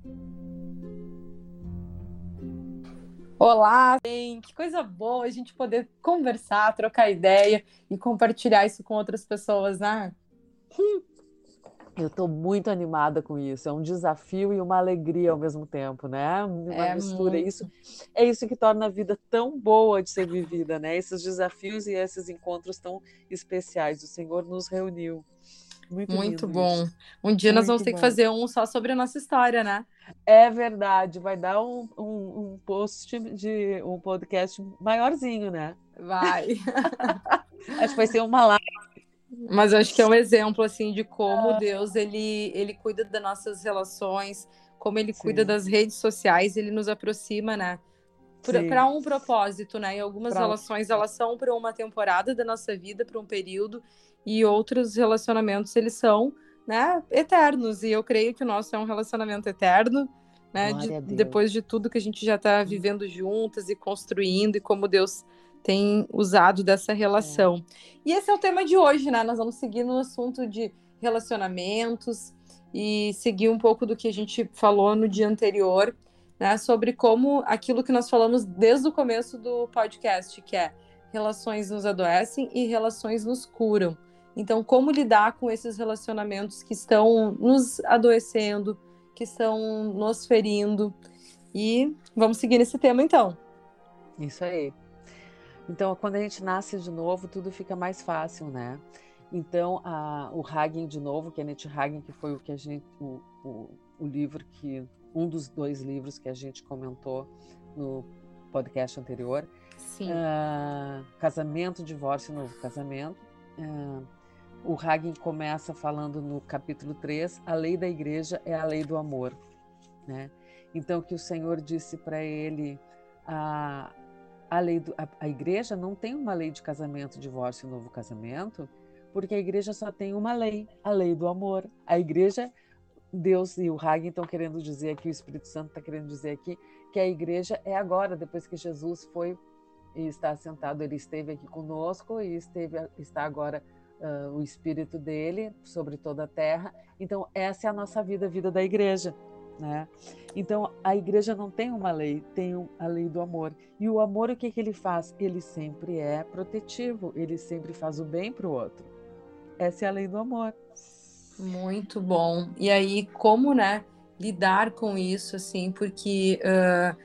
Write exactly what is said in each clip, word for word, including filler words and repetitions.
Olá, bem, que coisa boa a gente poder conversar, trocar ideia e compartilhar isso com outras pessoas, né? Eu estou muito animada com isso. É um desafio e uma alegria ao mesmo tempo, né? Uma É mistura. muito. Isso é isso que torna a vida tão boa de ser vivida, né? Esses desafios e esses encontros tão especiais. O Senhor nos reuniu. Muito Muito lindo bom. isso. Um dia nós vamos Muito ter que bom. fazer um só sobre a nossa história, né? É verdade. Vai dar um, um, um post de um podcast maiorzinho, né? Vai. Acho que vai ser uma live. Mas eu acho que é um exemplo assim de como Deus ele ele cuida das nossas relações, como ele cuida Sim, das redes sociais, ele nos aproxima, né? Para sim. um propósito, né? E algumas Pra... relações elas são para uma temporada da nossa vida, para um período, e outros relacionamentos eles são, né, eternos. E eu creio que o nosso é um relacionamento eterno, né? De, Glória a Deus. depois de tudo que a gente já está vivendo juntas e construindo e como Deus tem usado dessa relação. É. E esse é o tema de hoje, né? Nós vamos seguir no assunto de relacionamentos e seguir um pouco do que a gente falou no dia anterior, né, sobre como aquilo que nós falamos desde o começo do podcast, que é relações nos adoecem e relações nos curam. Então, como lidar com esses relacionamentos que estão nos adoecendo, que estão nos ferindo. E vamos seguir nesse tema, então. Isso aí. Então, quando a gente nasce de novo, tudo fica mais fácil, né? Então, a, o Hagen, de novo, Kenneth Hagen, que foi o que a gente, o, o, o livro que, um dos dois livros que a gente comentou no podcast anterior, Sim. Uh, Casamento, Divórcio e Novo Casamento. Uh, o Hagen começa falando no capítulo três, a lei da igreja é a lei do amor, né? Então, que o Senhor disse para ele, a A, lei do, a, a igreja não tem uma lei de casamento, divórcio e novo casamento, porque a igreja só tem uma lei, a lei do amor. A igreja, Deus e o Hagen estão querendo dizer aqui, o Espírito Santo está querendo dizer aqui, que a igreja é agora, depois que Jesus foi e está assentado, ele esteve aqui conosco e esteve, está agora uh, o Espírito dele sobre toda a terra. Então, essa é a nossa vida, a vida da igreja. Né? Então a igreja não tem uma lei, tem a lei do amor. E o amor, o que, que ele faz? Ele sempre é protetivo, ele sempre faz o bem para o outro. Essa é a lei do amor. Muito bom. E aí, como, né, lidar com isso, assim, porque uh,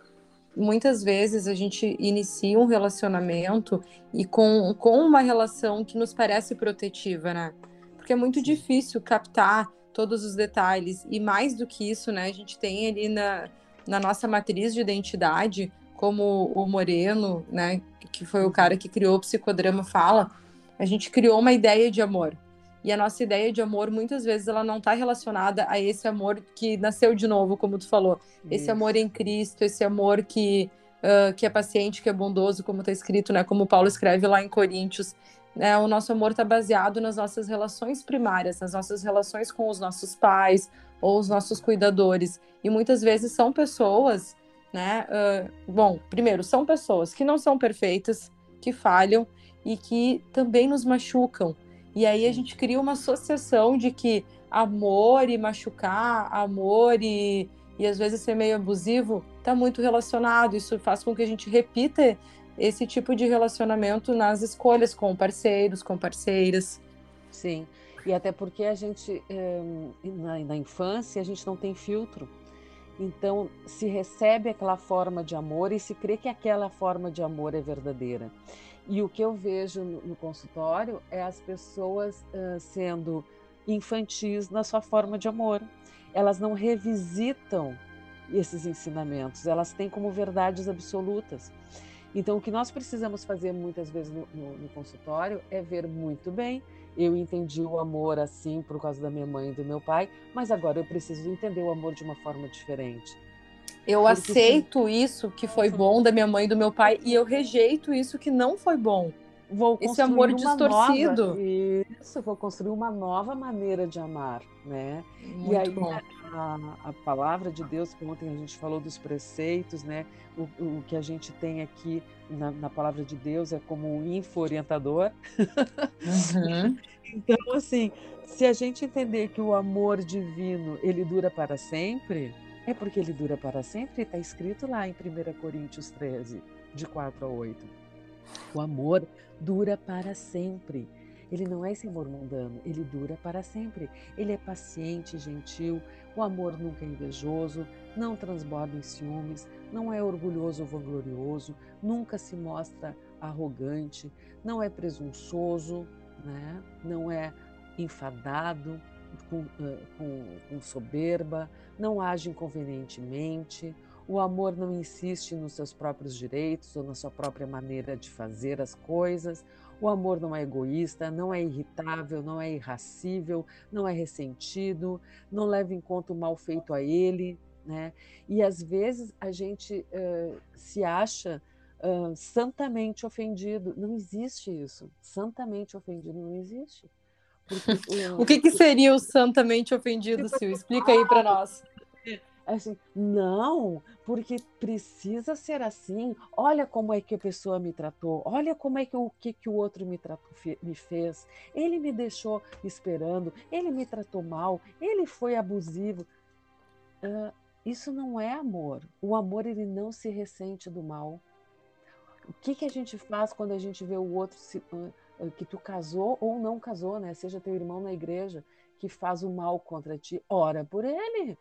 muitas vezes a gente inicia um relacionamento e com, com uma relação que nos parece protetiva, né? Porque é muito Sim. difícil captar todos os detalhes. E mais do que isso, né? A gente tem ali na, na nossa matriz de identidade, como o Moreno, né? Que foi o cara que criou o psicodrama, fala, a gente criou uma ideia de amor. E a nossa ideia de amor, muitas vezes, ela não está relacionada a esse amor que nasceu de novo, como tu falou. Esse Isso. amor em Cristo, esse amor que, uh, que é paciente, que é bondoso, como está escrito, né? Como Paulo escreve lá em Coríntios. Né? O nosso amor está baseado nas nossas relações primárias, nas nossas relações com os nossos pais ou os nossos cuidadores. E muitas vezes são pessoas, né? Uh, bom, primeiro, são pessoas que não são perfeitas, que falham e que também nos machucam. E aí a gente cria uma associação de que amor e machucar, amor e, e às vezes ser meio abusivo, está muito relacionado. Isso faz com que a gente repita esse tipo de relacionamento nas escolhas com parceiros, com parceiras. Sim, e até porque a gente, na, na infância, a gente não tem filtro. Então, se recebe aquela forma de amor e se crê que aquela forma de amor é verdadeira. E o que eu vejo no, no consultório é as pessoas uh, sendo infantis na sua forma de amor. Elas não revisitam esses ensinamentos, elas têm como verdades absolutas. Então, o que nós precisamos fazer muitas vezes no, no, no consultório é ver muito bem, eu entendi o amor assim por causa da minha mãe e do meu pai, mas agora eu preciso entender o amor de uma forma diferente. Eu Porque aceito se... isso que foi bom da minha mãe e do meu pai e eu rejeito isso que não foi bom. Vou Esse amor uma distorcido. Nova, isso, vou construir uma nova maneira de amar, né? Muito e aí bom. A, a palavra de Deus, que ontem a gente falou dos preceitos, né? O, o que a gente tem aqui na, na palavra de Deus é como um info-orientador. Uhum. Então, assim, se a gente entender que o amor divino, ele dura para sempre, É porque ele dura para sempre, está escrito lá em primeira Coríntios treze, de quatro a oito. O amor dura para sempre. Ele não é esse amor mundano, ele dura para sempre. Ele é paciente, gentil, o amor nunca é invejoso, não transborda em ciúmes, não é orgulhoso ou vanglorioso, nunca se mostra arrogante, não é presunçoso, né? Não é enfadado, com, com, com soberba, não age inconvenientemente. O amor não insiste nos seus próprios direitos ou na sua própria maneira de fazer as coisas. O amor não é egoísta, não é irritável, não é irracível, não é ressentido, não leva em conta o mal feito a ele, né? E às vezes a gente uh, se acha uh, santamente ofendido. Não existe isso. Santamente ofendido não existe. Porque, uh, o que, que seria o santamente ofendido, Sil? Explica aí para nós. Assim, não, porque precisa ser assim. Olha como é que a pessoa me tratou. Olha como é que o que, que o outro me, tratou, me fez. Ele me deixou esperando. Ele me tratou mal. Ele foi abusivo. Uh, isso não é amor. O amor, ele não se ressente do mal. O que, que a gente faz quando a gente vê o outro se, uh, uh, que tu casou ou não casou, né? Seja teu irmão na igreja que faz o mal contra ti, ora por ele.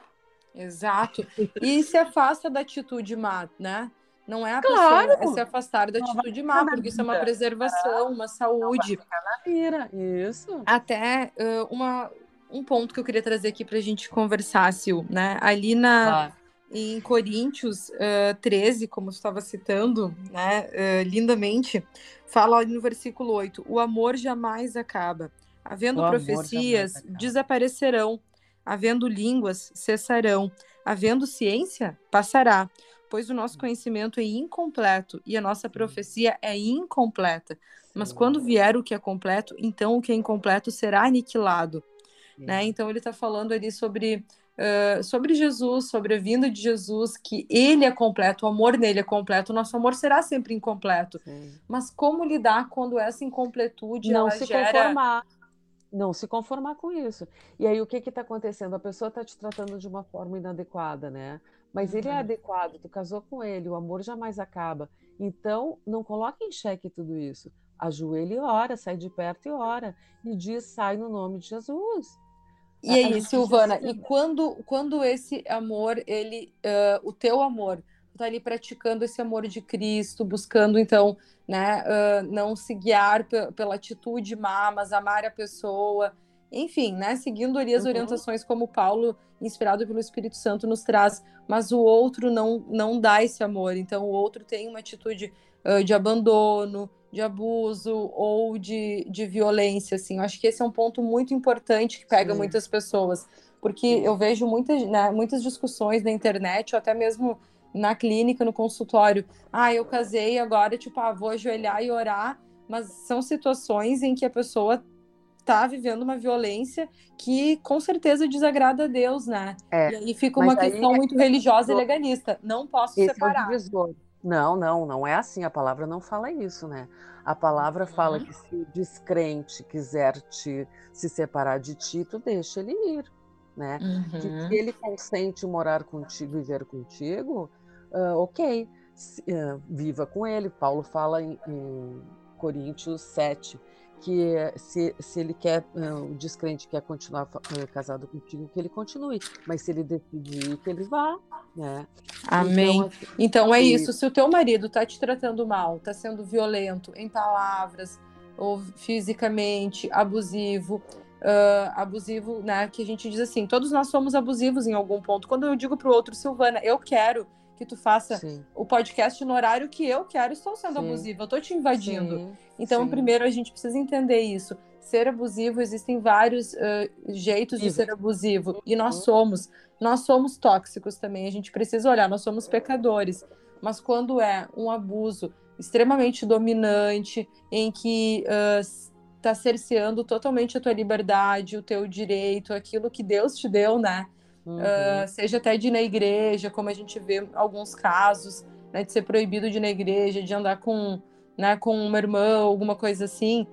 Exato. E se afasta da atitude má, né? Não é a claro. pessoa, é se afastar da atitude má, porque isso é uma preservação, uma saúde. Mira, isso. Até uh, uma, um ponto que eu queria trazer aqui para a gente conversar, Sil, né? Ali na, ah. em Coríntios uh, treze, como você estava citando, né? Uh, lindamente, fala ali no versículo oito: o amor jamais acaba. Havendo o profecias, desaparecerão. Havendo línguas, cessarão. Havendo ciência, passará. Pois o nosso conhecimento é incompleto e a nossa profecia é incompleta. Mas quando vier o que é completo, então o que é incompleto será aniquilado. Né? Então ele está falando ali sobre, uh, sobre Jesus, sobre a vinda de Jesus, que ele é completo, o amor nele é completo, o nosso amor será sempre incompleto. Sim. Mas como lidar quando essa incompletude não ela se gera... conformar. Não se conformar com isso. E aí o que está acontecendo? A pessoa está te tratando de uma forma inadequada, né? Mas uhum. ele é adequado, tu casou com ele, o amor jamais acaba. Então, não coloque em xeque tudo isso. Ajoelha e ora, sai de perto e ora. E diz, sai no nome de Jesus. E aí, Silvana, diz... e quando, quando esse amor, ele, uh, o teu amor, tu tá ali praticando esse amor de Cristo, buscando, então, né, uh, não se guiar pela atitude má, mas amar a pessoa, enfim, né, seguindo ali as uhum. orientações como Paulo, inspirado pelo Espírito Santo, nos traz, mas o outro não, não dá esse amor, então o outro tem uma atitude uh, de abandono, de abuso ou de, de violência, assim. Eu acho que esse é um ponto muito importante que pega Sim. muitas pessoas, porque Sim. eu vejo muitas, né, muitas discussões na internet ou até mesmo na clínica, no consultório. Ah, eu casei agora, tipo, ah, vou ajoelhar e orar, mas são situações em que a pessoa tá vivendo uma violência que com certeza desagrada a Deus, né? É, e aí fica uma questão aí, muito religiosa e legalista. Não posso esse separar. É o Não, não, não é assim. A palavra não fala isso, né? A palavra uhum. fala que se o descrente quiser te, se separar de ti, tu deixa ele ir, né? Uhum. Que se ele consente morar contigo, viver contigo, uh, ok, se, uh, viva com ele. Paulo fala em, em Coríntios sete, que se, se ele quer, uh, o descrente quer continuar uh, casado contigo, que ele continue. Mas se ele decidir que ele vá, né? Amém. Então, assim, então é isso. Se o teu marido tá te tratando mal, tá sendo violento em palavras ou fisicamente, abusivo, uh, abusivo, né? Que a gente diz assim, todos nós somos abusivos em algum ponto. Quando eu digo pro outro, Silvana, eu quero que tu faça Sim. o podcast no horário que eu quero, estou sendo Sim. abusiva, eu tô te invadindo. Sim. Então, Sim. primeiro, a gente precisa entender isso. Ser abusivo, existem vários uh, jeitos de ser abusivo. E nós somos. Nós somos tóxicos também. A gente precisa olhar, nós somos pecadores. Mas quando é um abuso extremamente dominante, em que está uh, cerceando totalmente a tua liberdade, o teu direito, aquilo que Deus te deu, né? Uhum. Uh, seja até de ir na igreja, como a gente vê alguns casos, né, de ser proibido de ir na igreja, de andar com, né, com uma irmã, alguma coisa assim,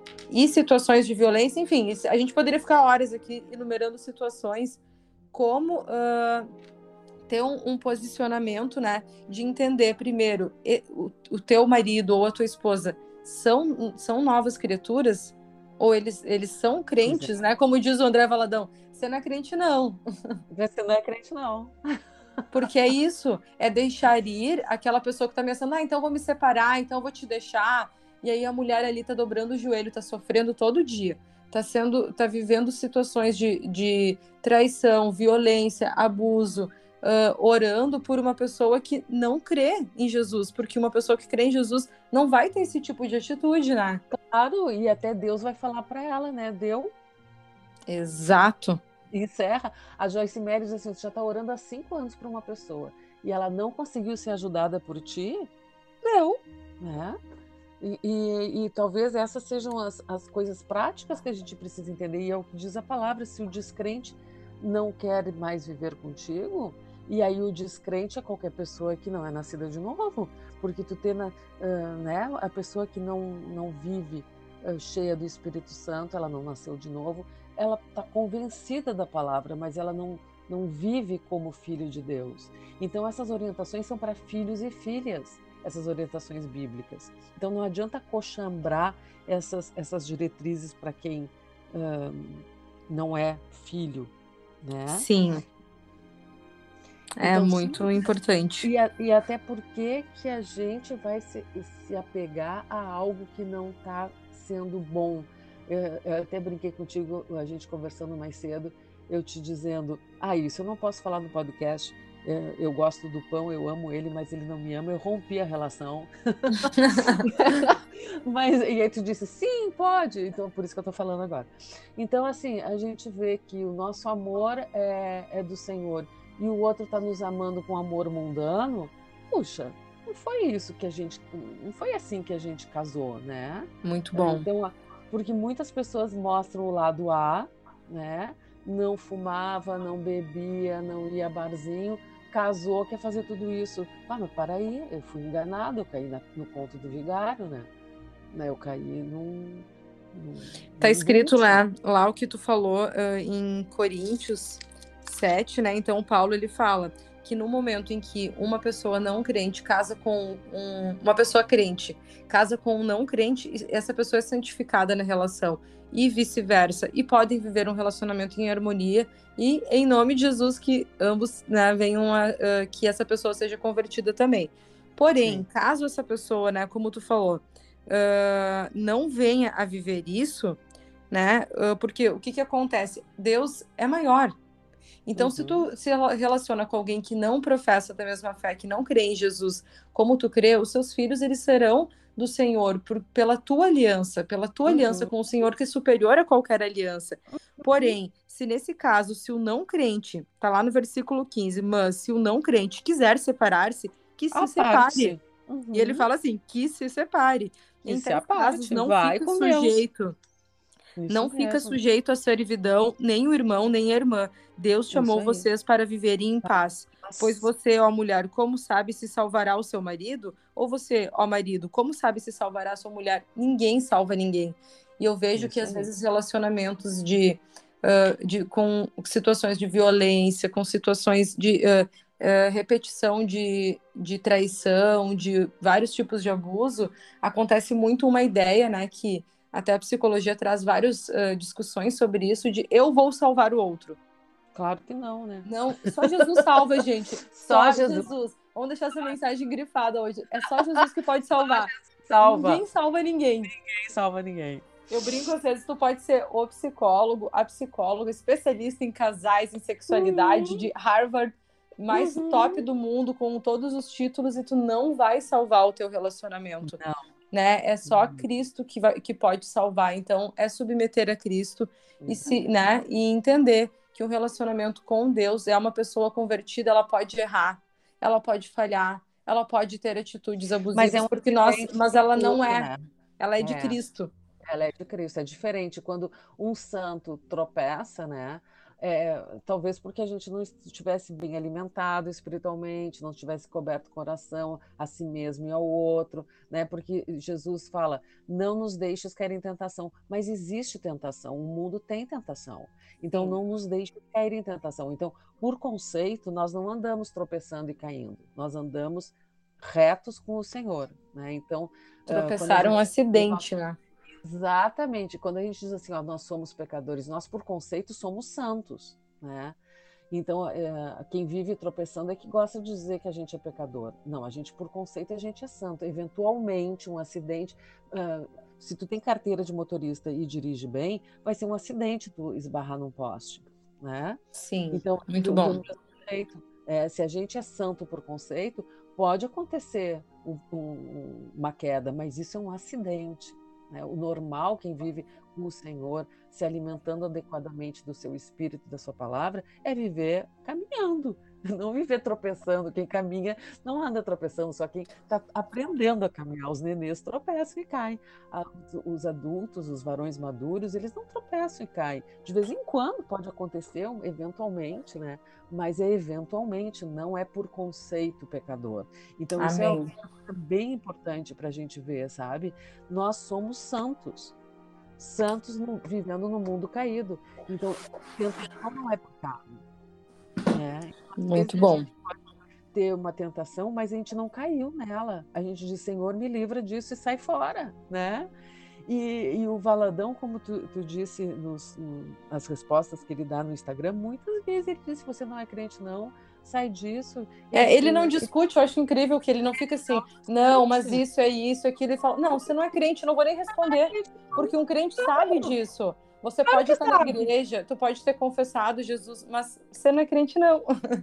e situações de violência, enfim, a gente poderia ficar horas aqui enumerando situações como uh, ter um, um posicionamento, né, de entender primeiro, o, o teu marido ou a tua esposa são, são novas criaturas, ou eles, eles são crentes, Exato. né, como diz o André Valadão, você não é crente não. Você não é crente não. Porque é isso, é deixar ir aquela pessoa que tá ameaçando, ah, então eu vou me separar, então eu vou te deixar, e aí a mulher ali tá dobrando o joelho, tá sofrendo todo dia, tá sendo, tá vivendo situações de, de traição, violência, abuso, uh, orando por uma pessoa que não crê em Jesus, porque uma pessoa que crê em Jesus não vai ter esse tipo de atitude, né? Claro, e até Deus vai falar para ela, né? Deu. Exato. Encerra. A Joyce Meyer diz assim: você já está orando há cinco anos para uma pessoa e ela não conseguiu ser ajudada por ti, deu, né? E, e, e talvez essas sejam as, as coisas práticas que a gente precisa entender, e é o que diz a palavra: se o descrente não quer mais viver contigo, e aí o descrente é qualquer pessoa que não é nascida de novo, porque tu tem uh, né, a pessoa que não, não vive uh, cheia do Espírito Santo, ela não nasceu de novo, ela está convencida da palavra, mas ela não, não vive como filho de Deus. Então essas orientações são para filhos e filhas, essas orientações bíblicas. Então não adianta coxambrar essas, essas diretrizes para quem um, não é filho, né? Sim. É então, muito sim, importante. E, a, e até porque que a gente vai se, se apegar a algo que não está sendo bom. Eu, eu até brinquei contigo, a gente conversando mais cedo, eu te dizendo, ah, isso eu não posso falar no podcast, eu, eu gosto do pão, eu amo ele, mas ele não me ama, eu rompi a relação. Mas, e aí tu disse, sim, pode, então por isso que eu estou falando agora. Então, assim, a gente vê que o nosso amor é, é do Senhor, e o outro está nos amando com amor mundano, puxa, não foi isso que a gente, não foi assim que a gente casou, né? Muito bom. Então, porque muitas pessoas mostram o lado A, né? Não fumava, não bebia, não ia a barzinho, casou, quer fazer tudo isso. Ah, mas para aí, eu fui enganado, eu caí na, no conto do vigário, né? Eu caí num... num tá num escrito bucho. lá, lá o que tu falou uh, em Coríntios sete, né? Então, Paulo, ele fala que no momento em que uma pessoa não crente casa com um, uma pessoa crente casa com um não crente, essa pessoa é santificada na relação e vice-versa, e podem viver um relacionamento em harmonia, e em nome de Jesus que ambos, né, venham a, uh, que essa pessoa seja convertida também. Porém, Sim. caso essa pessoa, né, como tu falou, uh, não venha a viver isso, né, uh, porque o que que acontece? Deus é maior. Então, uhum. se tu se relaciona com alguém que não professa da mesma fé, que não crê em Jesus como tu crê, os seus filhos, eles serão do Senhor por, pela tua aliança, pela tua uhum. aliança com o Senhor, que é superior a qualquer aliança. Porém, se nesse caso, se o não crente, tá lá no versículo quinze, mas se o não crente quiser separar-se, que se separe. Uhum. E ele fala assim, que se separe. Que em se tais casos, não vai fica com sujeito... Deus. Isso não mesmo. fica sujeito à servidão, nem o irmão, nem a irmã. Deus chamou vocês para viverem em paz. Pois você, ó mulher, como sabe se salvará o seu marido? Ou você, ó marido, como sabe se salvará a sua mulher? Ninguém salva ninguém. E eu vejo Isso que, às aí. vezes, relacionamentos de, uh, de, com situações de violência, com situações de uh, uh, repetição de, de traição, de vários tipos de abuso, acontece muito uma ideia, né, que até a psicologia traz várias uh, discussões sobre isso, de eu vou salvar o outro. Claro que não, né? Não, só Jesus salva, gente. Só, só Jesus. Jesus. Vamos deixar essa mensagem grifada hoje. É só Jesus que pode salvar. Salva. Ninguém salva ninguém. Ninguém salva ninguém. Eu brinco às vezes, tu pode ser o psicólogo, a psicóloga, especialista em casais, em sexualidade, uhum. de Harvard, mais uhum. top do mundo, com todos os títulos, e tu não vai salvar o teu relacionamento. Não. Né? É só Cristo que, vai, que pode salvar. Então, é submeter a Cristo e, se, né? e entender que um relacionamento com Deus é uma pessoa convertida, ela pode errar, ela pode falhar, ela pode ter atitudes abusivas, mas, é um porque nós, mas ela não é. Né? Ela é, é de Cristo. Ela é de Cristo, é diferente. Quando um santo tropeça, né? é, talvez porque a gente não estivesse bem alimentado espiritualmente, não tivesse coberto o coração a si mesmo e ao outro, né? Porque Jesus fala, não nos deixes cair em tentação, mas existe tentação, o mundo tem tentação, então Sim. não nos deixe cair em tentação. Então, por conceito, nós não andamos tropeçando e caindo, nós andamos retos com o Senhor, né? Então, uh, quando a Tropeçar é um gente acidente, né? exatamente, quando a gente diz assim, ó, nós somos pecadores, nós por conceito somos santos, né? Então, é, quem vive tropeçando é que gosta de dizer que a gente é pecador. Não, a gente por conceito a gente é santo. Eventualmente, um acidente, uh, se tu tem carteira de motorista e dirige bem, vai ser um acidente tu esbarrar num poste, né? Sim, Então, muito do, do bom. mesmo jeito, é, se a gente é santo por conceito, pode acontecer um, um, uma queda, mas isso é um acidente. Né? O normal, quem vive com o Senhor, se alimentando adequadamente do seu espírito, da sua palavra, é viver caminhando, não viver tropeçando. Quem caminha não anda tropeçando, só quem está aprendendo a caminhar. Os nenês tropeçam e caem. Os adultos, os varões maduros, eles não tropeçam e caem. De vez em quando pode acontecer, eventualmente, né? Mas é eventualmente, não é por conceito pecador. Então, isso é Amém. bem importante para a gente ver, sabe? Nós somos santos, santos no, vivendo no mundo caído. Então, tentação não é pecado, né? Às Muito vezes a bom. gente pode ter uma tentação, mas a gente não caiu nela. A gente diz, Senhor, me livra disso e sai fora, né? E, e o Valadão, como tu, tu disse nos, nas respostas que ele dá no Instagram, muitas vezes ele diz, se você não é crente não, sai disso. É, Ele, ele não ele, discute, eu acho incrível que ele não fica assim, não, mas isso é isso, aquilo. Ele fala, não, você não é crente, eu não vou nem responder, porque um crente sabe disso. Você claro pode que estar na sabe. igreja, tu pode ter confessado Jesus, mas você não é crente, não.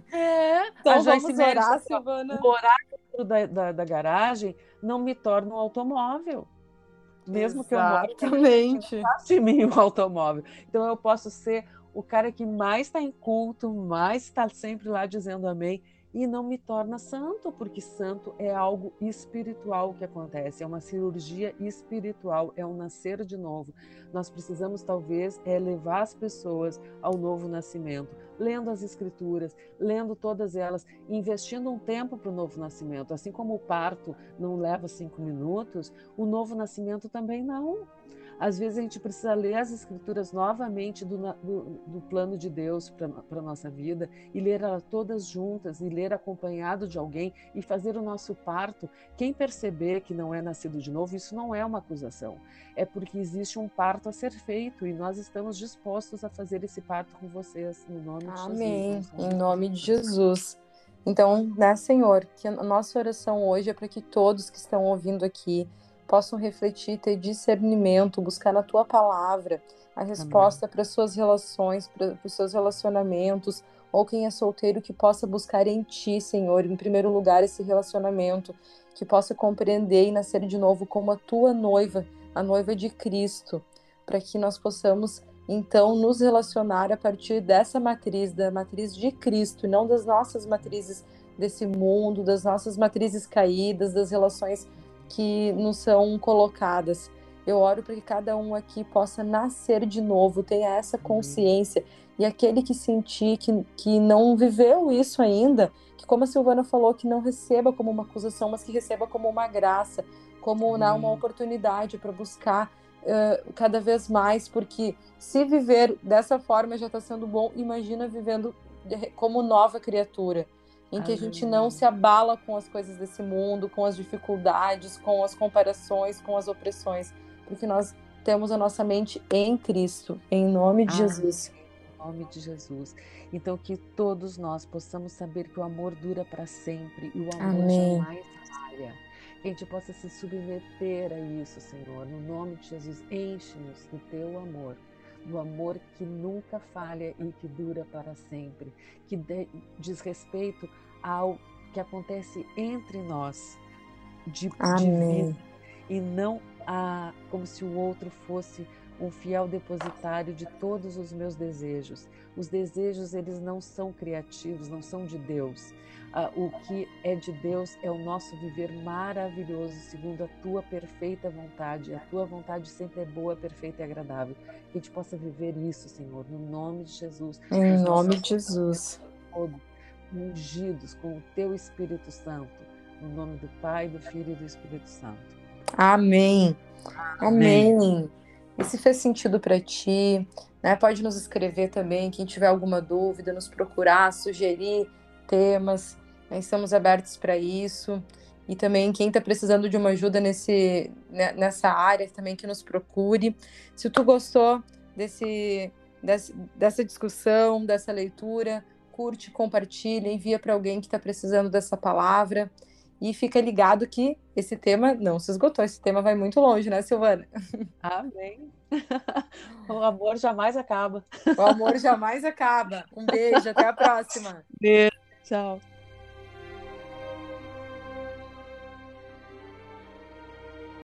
É, a Então Joyce vamos Meyer diz orar, assim, ó, Silvana. o oráculo da, da, da garagem não me torna um automóvel. Mesmo que eu more na frente, não Exatamente. faço de mim um automóvel. Então eu posso ser o cara que mais está em culto, mais está sempre lá dizendo amém, e não me torna santo, porque santo é algo espiritual que acontece, é uma cirurgia espiritual, é um nascer de novo. Nós precisamos, talvez, é levar as pessoas ao novo nascimento, lendo as escrituras, lendo todas elas, investindo um tempo para o novo nascimento. Assim como o parto não leva cinco minutos, o novo nascimento também não. Às vezes a gente precisa ler as escrituras novamente do, do, do plano de Deus para a nossa vida e ler elas todas juntas e ler acompanhado de alguém e fazer o nosso parto. Quem perceber que não é nascido de novo, isso não é uma acusação. É porque existe um parto a ser feito e nós estamos dispostos a fazer esse parto com vocês, no nome de Amém, Jesus. em nome de Jesus. Então, né, Senhor, que a nossa oração hoje é para que todos que estão ouvindo aqui possam refletir, ter discernimento, buscar na Tua palavra a resposta para as suas relações, para os seus relacionamentos, ou quem é solteiro que possa buscar em Ti, Senhor, em primeiro lugar esse relacionamento, que possa compreender e nascer de novo como a Tua noiva, a noiva de Cristo, para que nós possamos então nos relacionar a partir dessa matriz, da matriz de Cristo, e não das nossas matrizes desse mundo, das nossas matrizes caídas, das relações que nos são colocadas. Eu oro para que cada um aqui possa nascer de novo, tenha essa consciência, e aquele que sentir que, que não viveu isso ainda, que como a Silvana falou, que não receba como uma acusação, mas que receba como uma graça, como né, uma oportunidade para buscar Uh, cada vez mais, porque se viver dessa forma já está sendo bom, imagina vivendo de, como nova criatura, em que Amém. A gente não se abala com as coisas desse mundo, com as dificuldades, com as comparações, com as opressões, porque nós temos a nossa mente em Cristo, em nome de Amém. Jesus. Em nome de Jesus. Então que todos nós possamos saber que o amor dura para sempre e o amor Amém. Jamais falha. Que a gente possa se submeter a isso, Senhor. No nome de Jesus, enche-nos do Teu amor, do amor que nunca falha e que dura para sempre, que de, diz respeito ao que acontece entre nós, de, de vida, e não a, como se o outro fosse um fiel depositário de todos os meus desejos. Os desejos, eles não são criativos, não são de Deus. Ah, o que é de Deus é o nosso viver maravilhoso, segundo a tua perfeita vontade. A tua vontade sempre é boa, perfeita e agradável. Que a gente possa viver isso, Senhor, no nome de Jesus. Em nome de Jesus. Todos ungidos com o teu Espírito Santo. No nome do Pai, do Filho e do Espírito Santo. Amém. Amém. Amém. E se fez sentido para ti, né? Pode nos escrever também, quem tiver alguma dúvida, nos procurar, sugerir temas. Nós estamos abertos para isso. E também quem está precisando de uma ajuda nesse, nessa área, também que nos procure. Se tu gostou desse, desse, dessa discussão, dessa leitura, curte, compartilha, envia para alguém que está precisando dessa palavra. E fica ligado que esse tema não se esgotou. Esse tema vai muito longe, né, Silvana? Amém. O amor jamais acaba. O amor jamais acaba. Um beijo, até a próxima. Beijo, tchau.